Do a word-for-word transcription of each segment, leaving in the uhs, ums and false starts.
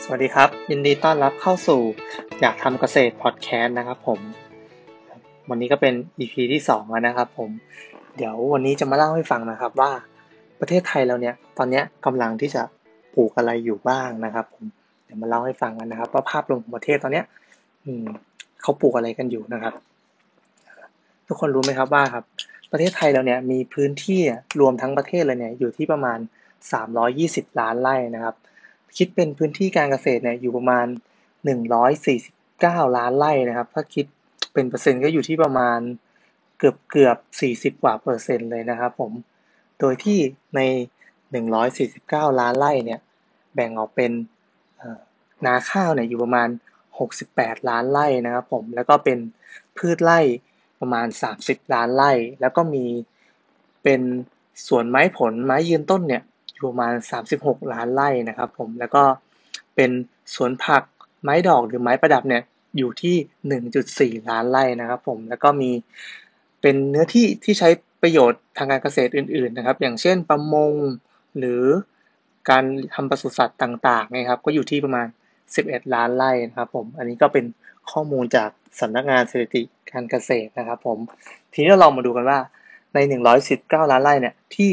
สวัสดีครับยินดีต้อนรับเข้าสู่อยากทำเกษตรพอดแคสต์นะครับผมวันนี้ก็เป็น อี พี ที่สองแล้วนะครับผมเดี๋ยววันนี้จะมาเล่าให้ฟังนะครับว่าประเทศไทยเราเนี่ยตอนนี้กำลังที่จะปลูกอะไรอยู่บ้างนะครับผมเดี๋ยวมาเล่าให้ฟังกันนะครับว่าภาพรวมของประเทศตอนนี้อืมเขาปลูกอะไรกันอยู่นะครับทุกคนรู้ไหมครับว่าครับประเทศไทยเราเนี่ยมีพื้นที่รวมทั้งประเทศเลยเนี่ยอยู่ที่ประมาณสามร้อยยี่สิบล้านไร่นะครับคิดเป็นพื้นที่การเกษตรเนี่ยอยู่ประมาณหนึ่งร้อยสี่สิบเก้าล้านไร่นะครับถ้าคิดเป็นเปอร์เซ็นต์ก็อยู่ที่ประมาณเกือบเกือบสี่สิบกว่าเปอร์เซ็นต์เลยนะครับผมโดยที่ในหนึ่งร้อยสี่สิบเก้าล้านไร่เนี่ยแบ่งออกเป็นนาข้าวเนี่ยอยู่ประมาณหกสิบแปดล้านไร่นะครับผมแล้วก็เป็นพืชไร่ประมาณสามสิบล้านไร่แล้วก็มีเป็นสวนไม้ผลไม้ยืนต้นเนี่ยอยู่ประมาณสามสิบหกล้านไร่นะครับผมแล้วก็เป็นสวนผักไม้ดอกหรือไม้ประดับเนี่ยอยู่ที่ หนึ่งจุดสี่ล้านไร่นะครับผมแล้วก็มีเป็นเนื้อที่ที่ใช้ประโยชน์ทางการเกษตรอื่นๆนะครับอย่างเช่นประมงหรือการทำปศุสัตว์ต่างๆนะครับก็อยู่ที่ประมาณสิบเอ็ดล้านไร่นะครับผมอันนี้ก็เป็นข้อมูลจากสำนักงานสถิติการเกษตรนะครับผมทีนี้เราลองมาดูกันว่าในหนึ่งร้อยสิบเก้าล้านไร่เนี่ยที่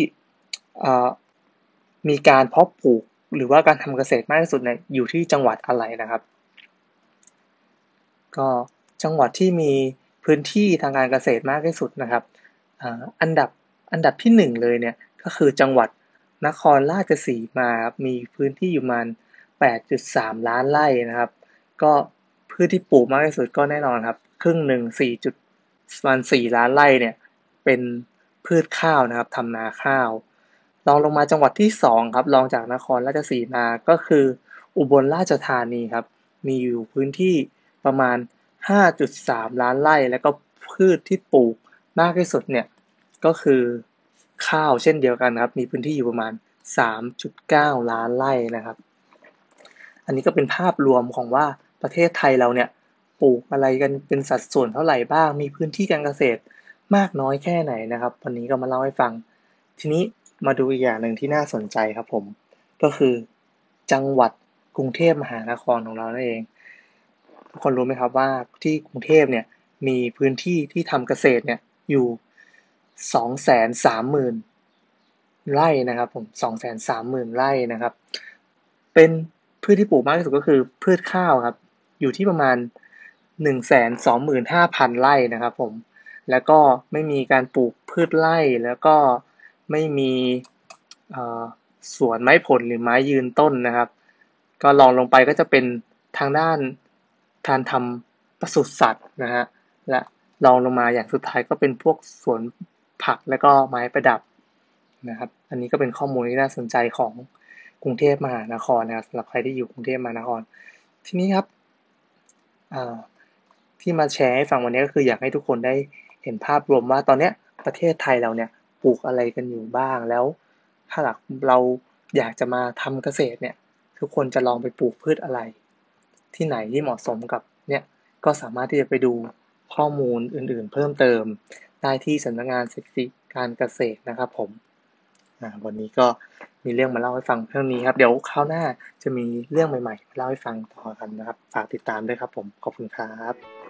มีการเพาะปลูกหรือว่าการทำเกษตรมากที่สุดเนี่ยอยู่ที่จังหวัดอะไรนะครับก็จังหวัดที่มีพื้นที่ทางการเกษตรมากที่สุดนะครับอันดับอันดับที่หนึ่งเลยเนี่ยก็คือจังหวัดนครราชสีมาครับมีพื้นที่อยู่ประมาณ แปดจุดสาม ล้านไร่นะครับก็พืชที่ปลูกมากที่สุดก็แน่นอนครับครึ่งหนึ่งสี่จุดประมาณสี่ล้านไร่เนี่ยเป็นพืชข้าวนะครับทำนาข้าวรองลงมาจังหวัดที่สองครับรองจากนครราชสีมาก็คืออุบลราชธานีครับมีอยู่พื้นที่ประมาณ ห้าจุดสาม ล้านไร่แล้วก็พืชที่ปลูกมากที่สุดเนี่ยก็คือข้าวเช่นเดียวกันครับมีพื้นที่อยู่ประมาณ สามจุดเก้า ล้านไร่นะครับอันนี้ก็เป็นภาพรวมของว่าประเทศไทยเราเนี่ยปลูกอะไรกันเป็นสัดส่วนเท่าไหร่บ้างมีพื้นที่การเกษตรมากน้อยแค่ไหนนะครับวันนี้ก็มาเล่าให้ฟังทีนี้มาดูอีกอย่างหนึ่งที่น่าสนใจครับผมก็คือจังหวัดกรุงเทพมหานครของเรานั่นเองทุกคนรู้ไหมครับว่าที่กรุงเทพเนี่ยมีพื้นที่ที่ทำเกษตรเนี่ยอยู่สองแสนสามหมื่นไร่นะครับผมสองแสนสามหมื่นไร่นะครับเป็นพืชที่ปลูกมากที่สุดก็คือพืชข้าวครับอยู่ที่ประมาณหนึ่งแสนสองหมื่นห้าพันไร่นะครับผมแล้วก็ไม่มีการปลูกพืชไร่แล้วก็ไม่มีสวนไม้ผลหรือไม้ยืนต้นนะครับก็ลองลงไปก็จะเป็นทางด้านการทำปศุสัตว์นะฮะและลองลงมาอย่างสุดท้ายก็เป็นพวกสวนผักและก็ไม้ประดับนะครับอันนี้ก็เป็นข้อมูลที่น่าสนใจของกรุงเทพมหานครนะครับสำหรับใครที่อยู่กรุงเทพมหานครทีนี้ครับที่มาแชร์ให้ฟังวันนี้ก็คืออยากให้ทุกคนได้เห็นภาพรวมว่าตอนนี้ประเทศไทยเราเนี่ยปลูกอะไรกันอยู่บ้างแล้วถ้าหากเราอยากจะมาทำเกษตรเนี่ยทุกคนจะลองไปปลูกพืชอะไรที่ไหนที่เหมาะสมกับเนี่ยก็สามารถที่จะไปดูข้อมูลอื่นๆเพิ่มเติมได้ที่สำนักงานสถิติการเกษตรนะครับผมวันนี้ก็มีเรื่องมาเล่าให้ฟังเท่านี้ครับเดี๋ยวคราวหน้าจะมีเรื่องใหม่ๆมาเล่าให้ฟังต่อกันนะครับฝากติดตามด้วยครับผมขอบคุณครับ